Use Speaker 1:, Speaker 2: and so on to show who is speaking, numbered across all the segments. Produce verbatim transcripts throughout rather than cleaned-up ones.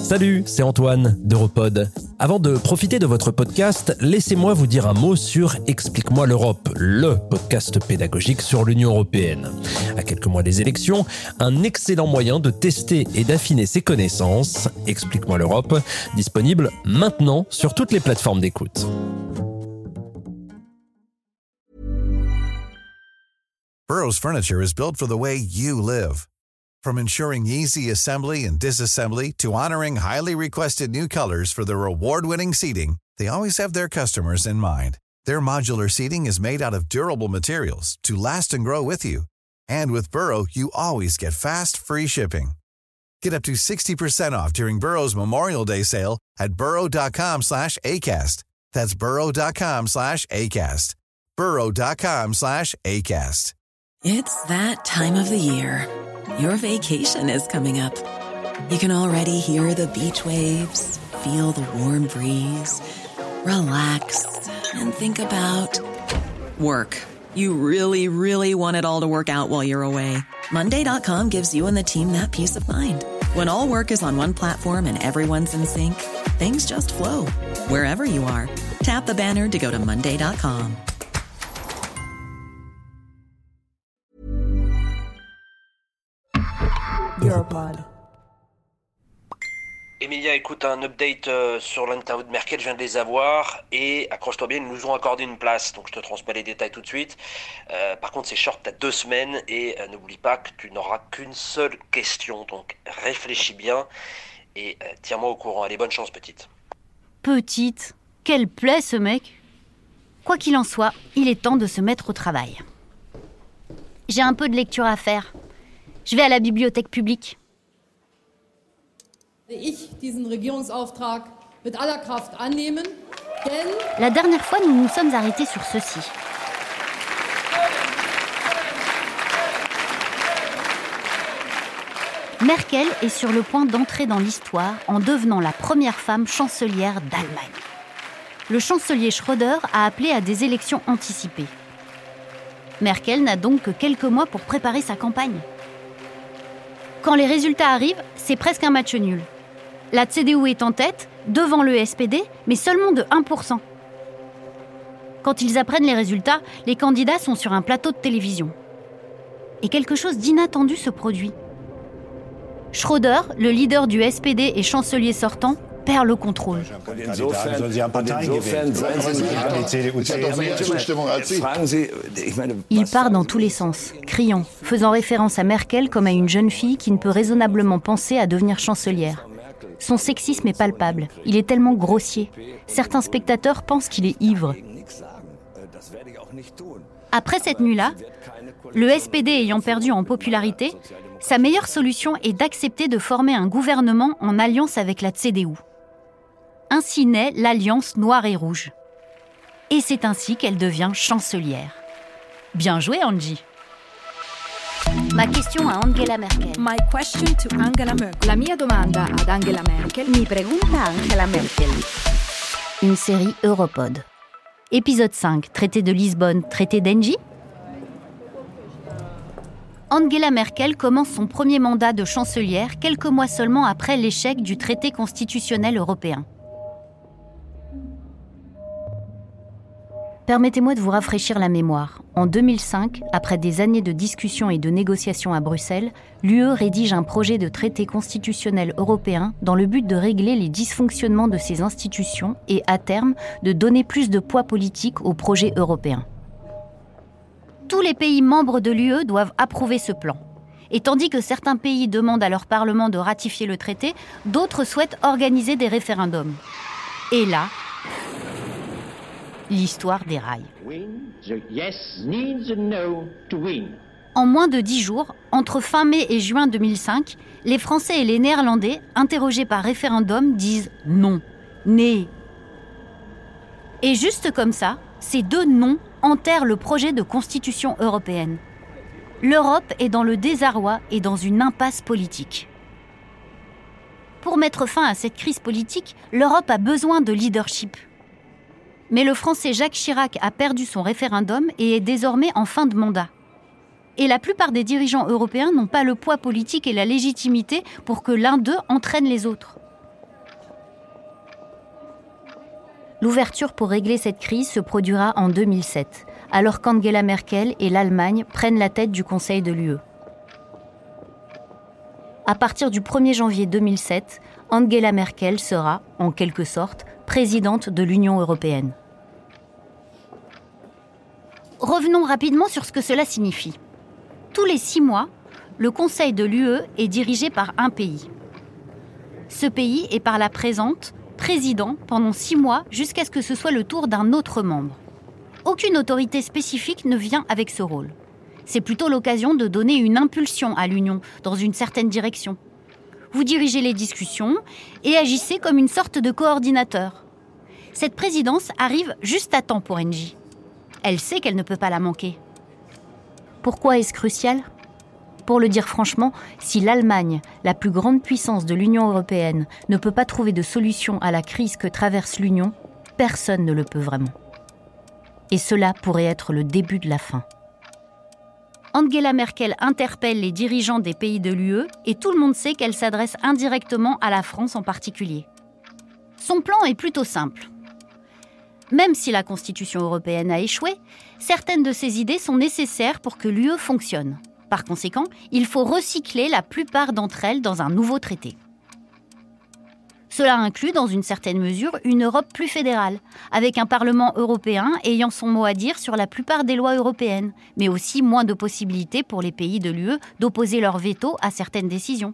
Speaker 1: Salut, c'est Antoine d'Europod. Avant de profiter de votre podcast, laissez-moi vous dire un mot sur Explique-moi l'Europe, le podcast pédagogique sur l'Union européenne. À quelques mois des élections, un excellent moyen de tester et d'affiner ses connaissances. Explique-moi l'Europe, disponible maintenant sur toutes les plateformes d'écoute.
Speaker 2: Burrow's furniture is built for the way you live. From ensuring easy assembly and disassembly to honoring highly requested new colors for their award-winning seating, they always have their customers in mind. Their modular seating is made out of durable materials to last and grow with you. And with Burrow, you always get fast, free shipping. Get up to sixty percent off during Burrow's Memorial Day sale at burrow.com slash ACAST. That's burrow.com slash ACAST. burrow.com slash ACAST.
Speaker 3: It's that time of the year. Your vacation is coming up. You can already hear the beach waves, feel the warm breeze, relax, and think about work. You really, really want it all to work out while you're away. Monday dot com gives you and the team that peace of mind. When all work is on one platform and everyone's in sync, things just flow. Wherever you are, tap the banner to go to monday dot com.
Speaker 4: Europod.
Speaker 5: Emilia, écoute, un update euh, sur l'interview de Merkel, je viens de les avoir et accroche-toi bien, ils nous ont accordé une place, donc je te transmets les détails tout de suite. Euh, par contre, c'est short, t'as deux semaines et euh, n'oublie pas que tu n'auras qu'une seule question, donc réfléchis bien et euh, tiens-moi au courant. Allez, bonne chance, petite.
Speaker 6: Petite, quelle plaie ce mec. Quoi qu'il en soit, il est temps de se mettre au travail. J'ai un peu de lecture à faire. Je vais à la bibliothèque publique. La dernière fois, nous nous sommes arrêtés sur ceci. Merkel est sur le point d'entrer dans l'histoire en devenant la première femme chancelière d'Allemagne. Le chancelier Schröder a appelé à des élections anticipées. Merkel n'a donc que quelques mois pour préparer sa campagne. Quand les résultats arrivent, c'est presque un match nul. La C D U est en tête, devant le S P D, mais seulement de un pour cent. Quand ils apprennent les résultats, les candidats sont sur un plateau de télévision. Et quelque chose d'inattendu se produit. Schröder, le leader du S P D et chancelier sortant, perd le contrôle. Il part dans tous les sens, criant, faisant référence à Merkel comme à une jeune fille qui ne peut raisonnablement penser à devenir chancelière. Son sexisme est palpable, il est tellement grossier. Certains spectateurs pensent qu'il est ivre. Après cette nuit-là, le S P D ayant perdu en popularité, sa meilleure solution est d'accepter de former un gouvernement en alliance avec la C D U. Ainsi naît l'Alliance Noire et Rouge. Et c'est ainsi qu'elle devient chancelière. Bien joué, Angie. Ma question à Angela Merkel.
Speaker 4: My question to Angela Merkel.
Speaker 7: La mia domanda ad Angela Merkel.
Speaker 6: Mi pregunta Angela Merkel. Une série Europod. Épisode cinq, traité de Lisbonne, traité d'Engie. Angela Merkel commence son premier mandat de chancelière quelques mois seulement après l'échec du traité constitutionnel européen. Permettez-moi de vous rafraîchir la mémoire. En deux mille cinq, après des années de discussions et de négociations à Bruxelles, l'U E rédige un projet de traité constitutionnel européen dans le but de régler les dysfonctionnements de ses institutions et, à terme, de donner plus de poids politique au projet européen. Tous les pays membres de l'U E doivent approuver ce plan. Et tandis que certains pays demandent à leur parlement de ratifier le traité, d'autres souhaitent organiser des référendums. Et là, l'histoire déraille. En moins de dix jours, entre fin mai et juin deux mille cinq, les Français et les Néerlandais, interrogés par référendum, disent non, né. Et juste comme ça, ces deux non enterrent le projet de constitution européenne. L'Europe est dans le désarroi et dans une impasse politique. Pour mettre fin à cette crise politique, l'Europe a besoin de leadership. Mais le Français Jacques Chirac a perdu son référendum et est désormais en fin de mandat. Et la plupart des dirigeants européens n'ont pas le poids politique et la légitimité pour que l'un d'eux entraîne les autres. L'ouverture pour régler cette crise se produira en deux mille sept, alors qu'Angela Merkel et l'Allemagne prennent la tête du Conseil de l'U E. À partir du premier janvier deux mille sept, Angela Merkel sera, en quelque sorte, présidente de l'Union européenne. Revenons rapidement sur ce que cela signifie. Tous les six mois, le Conseil de l'U E est dirigé par un pays. Ce pays est par la présente président pendant six mois jusqu'à ce que ce soit le tour d'un autre membre. Aucune autorité spécifique ne vient avec ce rôle. C'est plutôt l'occasion de donner une impulsion à l'Union dans une certaine direction. Vous dirigez les discussions et agissez comme une sorte de coordinateur. Cette présidence arrive juste à temps pour Engie. Elle sait qu'elle ne peut pas la manquer. Pourquoi est-ce crucial ? Pour le dire franchement, si l'Allemagne, la plus grande puissance de l'Union européenne, ne peut pas trouver de solution à la crise que traverse l'Union, personne ne le peut vraiment. Et cela pourrait être le début de la fin. Angela Merkel interpelle les dirigeants des pays de l'U E et tout le monde sait qu'elle s'adresse indirectement à la France en particulier. Son plan est plutôt simple. Même si la Constitution européenne a échoué, certaines de ses idées sont nécessaires pour que l'U E fonctionne. Par conséquent, il faut recycler la plupart d'entre elles dans un nouveau traité. Cela inclut, dans une certaine mesure, une Europe plus fédérale, avec un Parlement européen ayant son mot à dire sur la plupart des lois européennes, mais aussi moins de possibilités pour les pays de l'U E d'opposer leur veto à certaines décisions.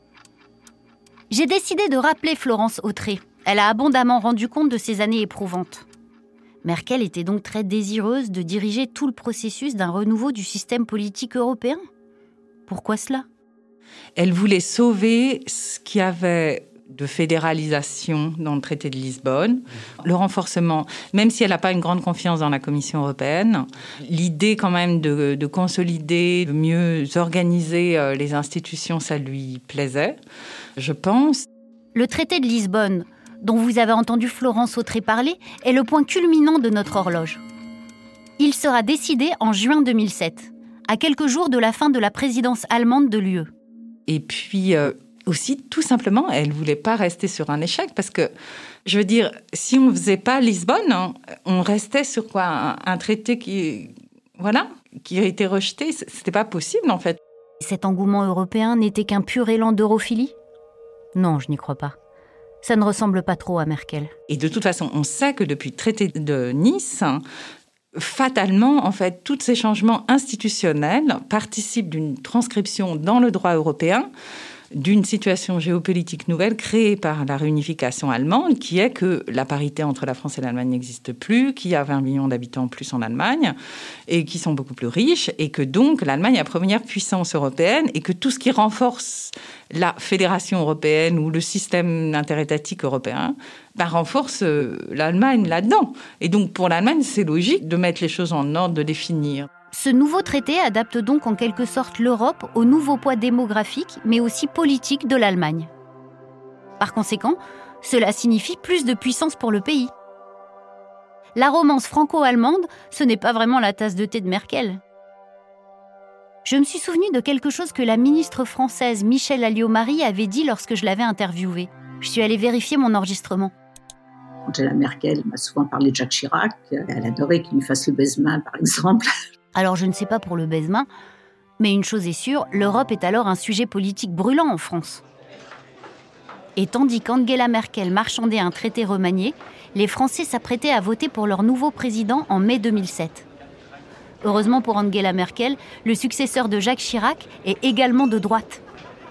Speaker 6: J'ai décidé de rappeler Florence Autré. Elle a abondamment rendu compte de ces années éprouvantes. Merkel était donc très désireuse de diriger tout le processus d'un renouveau du système politique européen. Pourquoi cela ?
Speaker 8: Elle voulait sauver ce qu'il y avait de fédéralisation dans le traité de Lisbonne, le renforcement, même si elle n'a pas une grande confiance dans la Commission européenne, l'idée quand même de, de consolider, de mieux organiser les institutions, ça lui plaisait, je pense.
Speaker 6: Le traité de Lisbonne, dont vous avez entendu Florence Autré parler, est le point culminant de notre horloge. Il sera décidé en juin deux mille sept, à quelques jours de la fin de la présidence allemande de l'U E.
Speaker 8: Et puis euh, aussi, tout simplement, elle ne voulait pas rester sur un échec, parce que, je veux dire, si on ne faisait pas Lisbonne, hein, on restait sur quoi un, un traité qui, voilà, qui a été rejeté. Ce n'était pas possible, en fait.
Speaker 6: Cet engouement européen n'était qu'un pur élan d'europhilie ? Non, je n'y crois pas. Ça ne ressemble pas trop à Merkel.
Speaker 8: Et de toute façon, on sait que depuis le traité de Nice, fatalement, en fait, tous ces changements institutionnels participent d'une transcription dans le droit européen d'une situation géopolitique nouvelle créée par la réunification allemande, qui est que la parité entre la France et l'Allemagne n'existe plus, qu'il y a vingt millions d'habitants en plus en Allemagne, et qui sont beaucoup plus riches, et que donc l'Allemagne est la première puissance européenne, et que tout ce qui renforce la fédération européenne ou le système interétatique européen bah, renforce euh, l'Allemagne là-dedans. Et donc pour l'Allemagne, c'est logique de mettre les choses en ordre, de définir.
Speaker 6: Ce nouveau traité adapte donc en quelque sorte l'Europe au nouveau poids démographique, mais aussi politique de l'Allemagne. Par conséquent, cela signifie plus de puissance pour le pays. La romance franco-allemande, ce n'est pas vraiment la tasse de thé de Merkel. Je me suis souvenu de quelque chose que la ministre française Michèle Alliot-Marie avait dit lorsque je l'avais interviewée. Je suis allée vérifier mon enregistrement.
Speaker 9: Angela Merkel m'a souvent parlé de Jacques Chirac. Elle adorait qu'il lui fasse le baise-main, par exemple.
Speaker 6: Alors je ne sais pas pour le baise-main, mais une chose est sûre, l'Europe est alors un sujet politique brûlant en France. Et tandis qu'Angela Merkel marchandait un traité remanié, les Français s'apprêtaient à voter pour leur nouveau président en mai deux mille sept. Heureusement pour Angela Merkel, le successeur de Jacques Chirac est également de droite.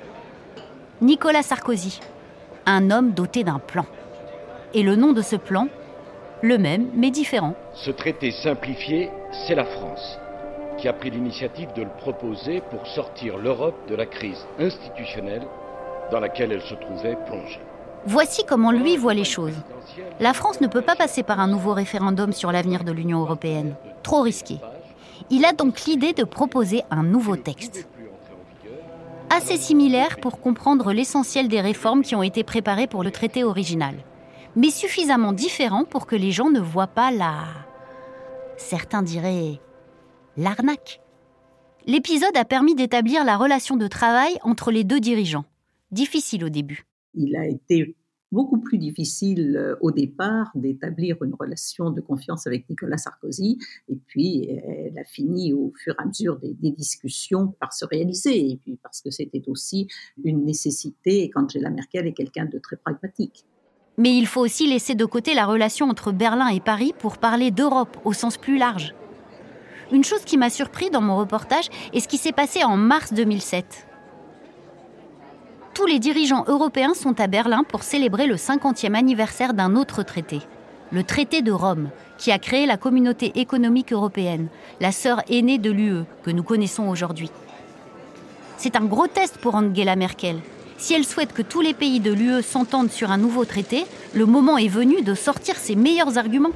Speaker 6: Nicolas Sarkozy, un homme doté d'un plan. Et le nom de ce plan, le même mais différent.
Speaker 10: Ce traité simplifié, c'est la France, qui a pris l'initiative de le proposer pour sortir l'Europe de la crise institutionnelle dans laquelle elle se trouvait plongée.
Speaker 6: Voici comment lui voit les choses. La France ne peut pas passer par un nouveau référendum sur l'avenir de l'Union européenne. Trop risqué. Il a donc l'idée de proposer un nouveau texte. Assez similaire pour comprendre l'essentiel des réformes qui ont été préparées pour le traité original, mais suffisamment différent pour que les gens ne voient pas la... certains diraient... l'arnaque. L'épisode a permis d'établir la relation de travail entre les deux dirigeants. Difficile au début.
Speaker 9: Il a été beaucoup plus difficile euh, au départ d'établir une relation de confiance avec Nicolas Sarkozy. Et puis, elle a fini au fur et à mesure des, des discussions par se réaliser. Et puis, parce que c'était aussi une nécessité et qu'Angela Merkel est quelqu'un de très pragmatique.
Speaker 6: Mais il faut aussi laisser de côté la relation entre Berlin et Paris pour parler d'Europe au sens plus large. Une chose qui m'a surpris dans mon reportage est ce qui s'est passé en mars deux mille sept. Tous les dirigeants européens sont à Berlin pour célébrer le cinquantième anniversaire d'un autre traité, le traité de Rome, qui a créé la communauté économique européenne, la sœur aînée de l'U E que nous connaissons aujourd'hui. C'est un gros test pour Angela Merkel. Si elle souhaite que tous les pays de l'U E s'entendent sur un nouveau traité, le moment est venu de sortir ses meilleurs arguments.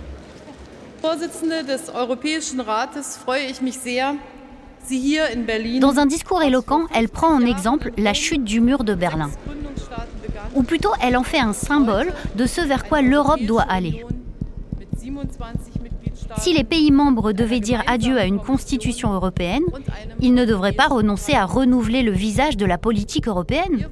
Speaker 6: Dans un discours éloquent, elle prend en exemple la chute du mur de Berlin. Ou plutôt, elle en fait un symbole de ce vers quoi l'Europe doit aller. Si les pays membres devaient dire adieu à une constitution européenne, ils ne devraient pas renoncer à renouveler le visage de la politique européenne.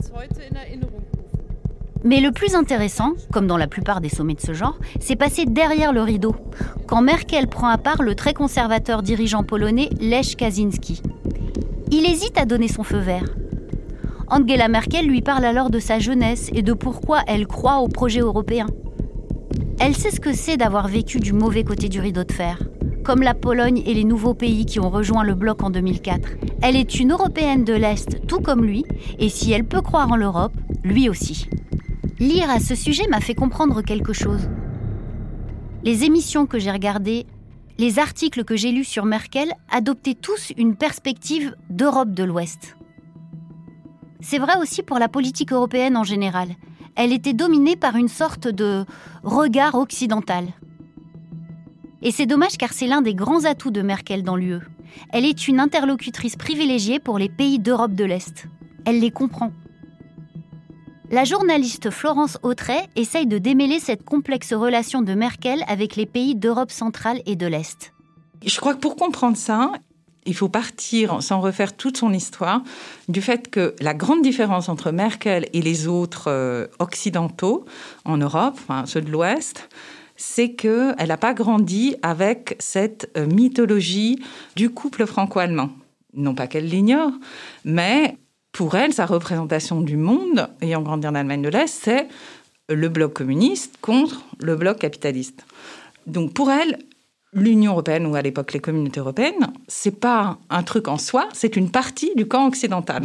Speaker 6: Mais le plus intéressant, comme dans la plupart des sommets de ce genre, c'est passé derrière le rideau, quand Merkel prend à part le très conservateur dirigeant polonais Lech Kaczynski. Il hésite à donner son feu vert. Angela Merkel lui parle alors de sa jeunesse et de pourquoi elle croit au projet européen. Elle sait ce que c'est d'avoir vécu du mauvais côté du rideau de fer, comme la Pologne et les nouveaux pays qui ont rejoint le bloc en deux mille quatre. Elle est une Européenne de l'Est, tout comme lui, et si elle peut croire en l'Europe, lui aussi. Lire à ce sujet m'a fait comprendre quelque chose. Les émissions que j'ai regardées, les articles que j'ai lus sur Merkel adoptaient tous une perspective d'Europe de l'Ouest. C'est vrai aussi pour la politique européenne en général. Elle était dominée par une sorte de regard occidental. Et c'est dommage car c'est l'un des grands atouts de Merkel dans l'U E. Elle est une interlocutrice privilégiée pour les pays d'Europe de l'Est. Elle les comprend. La journaliste Florence Autray essaye de démêler cette complexe relation de Merkel avec les pays d'Europe centrale et de l'Est.
Speaker 8: Je crois que pour comprendre ça, il faut partir, sans refaire toute son histoire, du fait que la grande différence entre Merkel et les autres euh, occidentaux en Europe, enfin ceux de l'Ouest, c'est qu'elle n'a pas grandi avec cette euh, mythologie du couple franco-allemand. Non pas qu'elle l'ignore, mais pour elle, sa représentation du monde, ayant grandi en Allemagne de l'Est, c'est le bloc communiste contre le bloc capitaliste. Donc pour elle, l'Union européenne, ou à l'époque les communautés européennes, c'est pas un truc en soi, c'est une partie du camp occidental.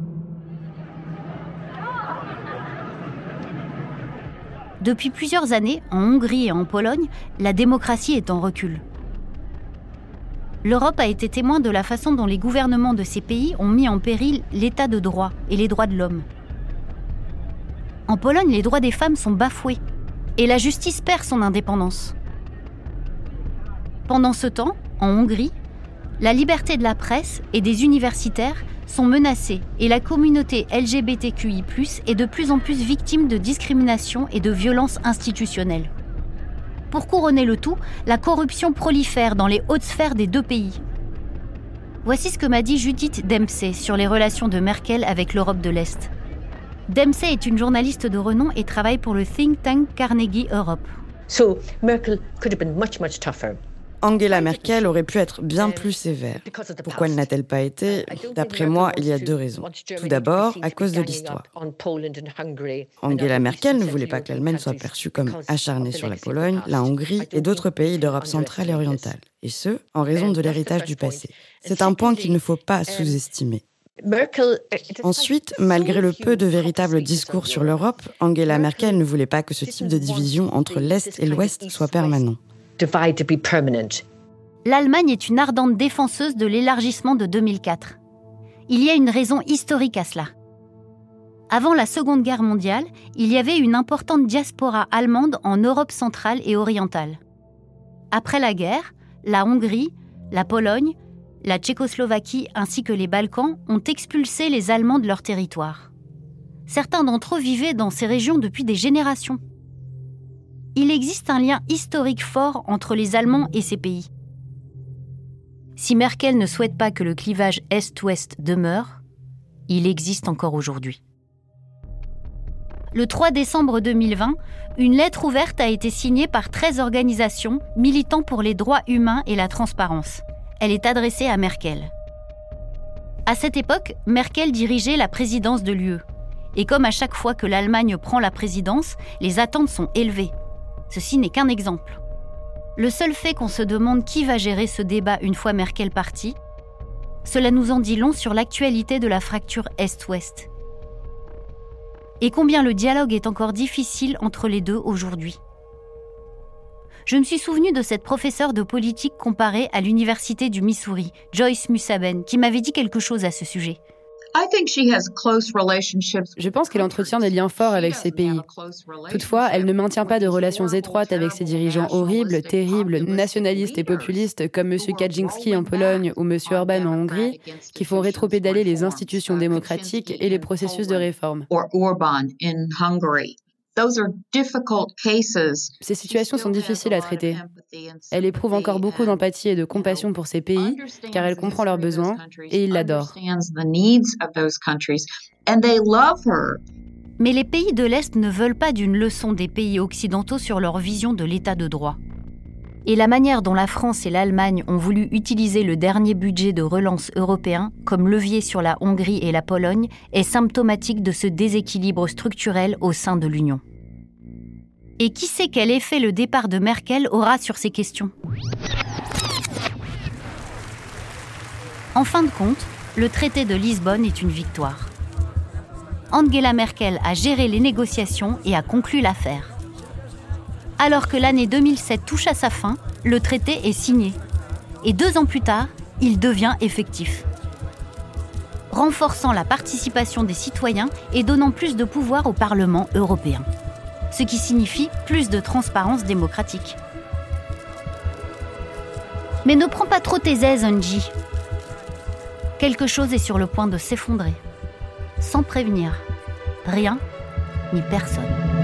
Speaker 6: Depuis plusieurs années, en Hongrie et en Pologne, la démocratie est en recul. L'Europe a été témoin de la façon dont les gouvernements de ces pays ont mis en péril l'état de droit et les droits de l'homme. En Pologne, les droits des femmes sont bafoués et la justice perd son indépendance. Pendant ce temps, en Hongrie, la liberté de la presse et des universitaires sont menacées et la communauté L G B T Q I plus, est de plus en plus victime de discrimination et de violences institutionnelles. Pour couronner le tout, la corruption prolifère dans les hautes sphères des deux pays. Voici ce que m'a dit Judith Dempsey sur les relations de Merkel avec l'Europe de l'Est. Dempsey est une journaliste de renom et travaille pour le think tank Carnegie Europe.
Speaker 11: So, Merkel could have been much, much tougher.
Speaker 12: Angela Merkel aurait pu être bien plus sévère. Pourquoi ne l'a-t-elle pas été ? D'après moi, il y a deux raisons. Tout d'abord, à cause de l'histoire. Angela Merkel ne voulait pas que l'Allemagne soit perçue comme acharnée sur la Pologne, la Hongrie et d'autres pays d'Europe centrale et orientale. Et ce, en raison de l'héritage du passé. C'est un point qu'il ne faut pas sous-estimer. Ensuite, malgré le peu de véritables discours sur l'Europe, Angela Merkel ne voulait pas que ce type de division entre l'Est et l'Ouest soit permanent.
Speaker 6: L'Allemagne est une ardente défenseuse de l'élargissement de deux mille quatre. Il y a une raison historique à cela. Avant la Seconde Guerre mondiale, il y avait une importante diaspora allemande en Europe centrale et orientale. Après la guerre, la Hongrie, la Pologne, la Tchécoslovaquie ainsi que les Balkans ont expulsé les Allemands de leur territoire. Certains d'entre eux vivaient dans ces régions depuis des générations. Il existe un lien historique fort entre les Allemands et ces pays. Si Merkel ne souhaite pas que le clivage Est-Ouest demeure, il existe encore aujourd'hui. Le trois décembre deux mille vingt, une lettre ouverte a été signée par treize organisations militant pour les droits humains et la transparence. Elle est adressée à Merkel. À cette époque, Merkel dirigeait la présidence de l'U E. Et comme à chaque fois que l'Allemagne prend la présidence, les attentes sont élevées. Ceci n'est qu'un exemple. Le seul fait qu'on se demande qui va gérer ce débat une fois Merkel partie, cela nous en dit long sur l'actualité de la fracture Est-Ouest. Et combien le dialogue est encore difficile entre les deux aujourd'hui. Je me suis souvenu de cette professeure de politique comparée à l'université du Missouri, Joyce Musaben, qui m'avait dit quelque chose à ce sujet.
Speaker 13: Je pense qu'elle entretient des liens forts avec ces pays. Toutefois, elle ne maintient pas de relations étroites avec ses dirigeants horribles, terribles, nationalistes et populistes comme M. Kaczynski en Pologne ou M. Orban en Hongrie, qui font rétropédaler les institutions démocratiques et les processus de réforme. Ces situations sont difficiles à traiter. Elle éprouve encore beaucoup d'empathie et de compassion pour ces pays, car elle comprend leurs besoins et ils l'adorent.
Speaker 6: Mais les pays de l'Est ne veulent pas d'une leçon des pays occidentaux sur leur vision de l'état de droit. Et la manière dont la France et l'Allemagne ont voulu utiliser le dernier budget de relance européen comme levier sur la Hongrie et la Pologne est symptomatique de ce déséquilibre structurel au sein de l'Union. Et qui sait quel effet le départ de Merkel aura sur ces questions ? En fin de compte, le traité de Lisbonne est une victoire. Angela Merkel a géré les négociations et a conclu l'affaire. Alors que l'année deux mille sept touche à sa fin, le traité est signé. Et deux ans plus tard, il devient effectif. Renforçant la participation des citoyens et donnant plus de pouvoir au Parlement européen. Ce qui signifie plus de transparence démocratique. Mais ne prends pas trop tes aises, Angie. Quelque chose est sur le point de s'effondrer. Sans prévenir. Rien, ni personne.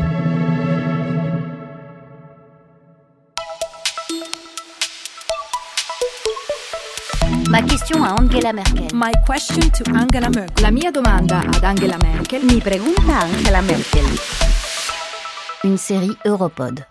Speaker 6: Ma question à Angela Merkel.
Speaker 4: My question to Angela Merkel.
Speaker 7: La mia domanda ad Angela Merkel.
Speaker 6: Mi pregunta Angela Merkel. Une série Europod.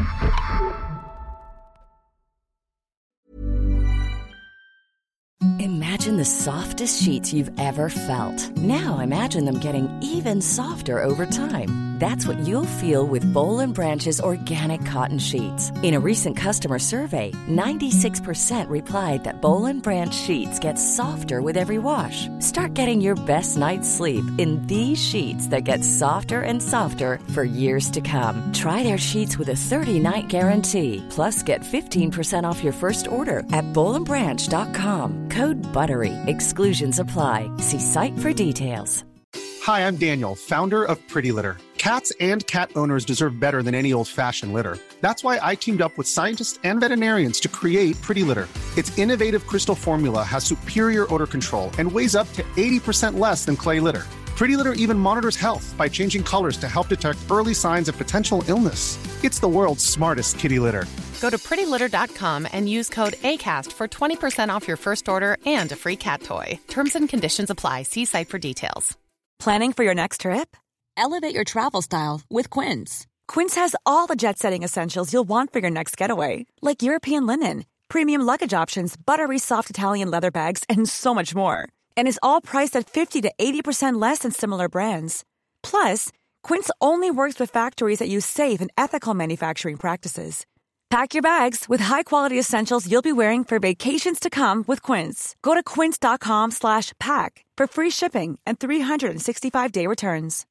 Speaker 14: Imagine the softest sheets you've ever felt. Now imagine them getting even softer over time. That's what you'll feel with Boll and Branch's organic cotton sheets. In a recent customer survey, ninety-six percent replied that Boll and Branch sheets get softer with every wash. Start getting your best night's sleep in these sheets that get softer and softer for years to come. Try their sheets with a thirty-night guarantee. Plus, get fifteen percent off your first order at boll and branch dot com. Code BUTTERY. Exclusions apply. See site for details.
Speaker 15: Hi, I'm Daniel, founder of Pretty Litter. Cats and cat owners deserve better than any old-fashioned litter. That's why I teamed up with scientists and veterinarians to create Pretty Litter. Its innovative crystal formula has superior odor control and weighs up to eighty percent less than clay litter. Pretty Litter even monitors health by changing colors to help detect early signs of potential illness. It's the world's smartest kitty litter.
Speaker 16: Go to pretty litter dot com and use code ACAST for twenty percent off your first order and a free cat toy. Terms and conditions apply. See site for details.
Speaker 17: Planning for your next trip? Elevate your travel style with Quince. Quince has all the jet-setting essentials you'll want for your next getaway, like European linen, premium luggage options, buttery soft Italian leather bags, and so much more. And is all priced at fifty to eighty percent less than similar brands. Plus, Quince only works with factories that use safe and ethical manufacturing practices. Pack your bags with high-quality essentials you'll be wearing for vacations to come with Quince. Go to quince dot com slash pack for free shipping and three sixty-five day returns.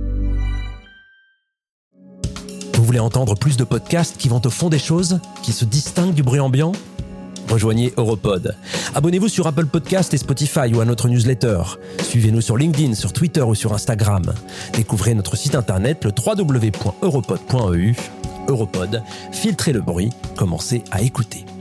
Speaker 1: Vous voulez entendre plus de podcasts qui vont au fond des choses, qui se distinguent du bruit ambiant ? Rejoignez Europod. Abonnez-vous sur Apple Podcasts et Spotify ou à notre newsletter. Suivez-nous sur LinkedIn, sur Twitter ou sur Instagram. Découvrez notre site internet le w w w point europod point e u. Europod, filtrez le bruit, commencez à écouter.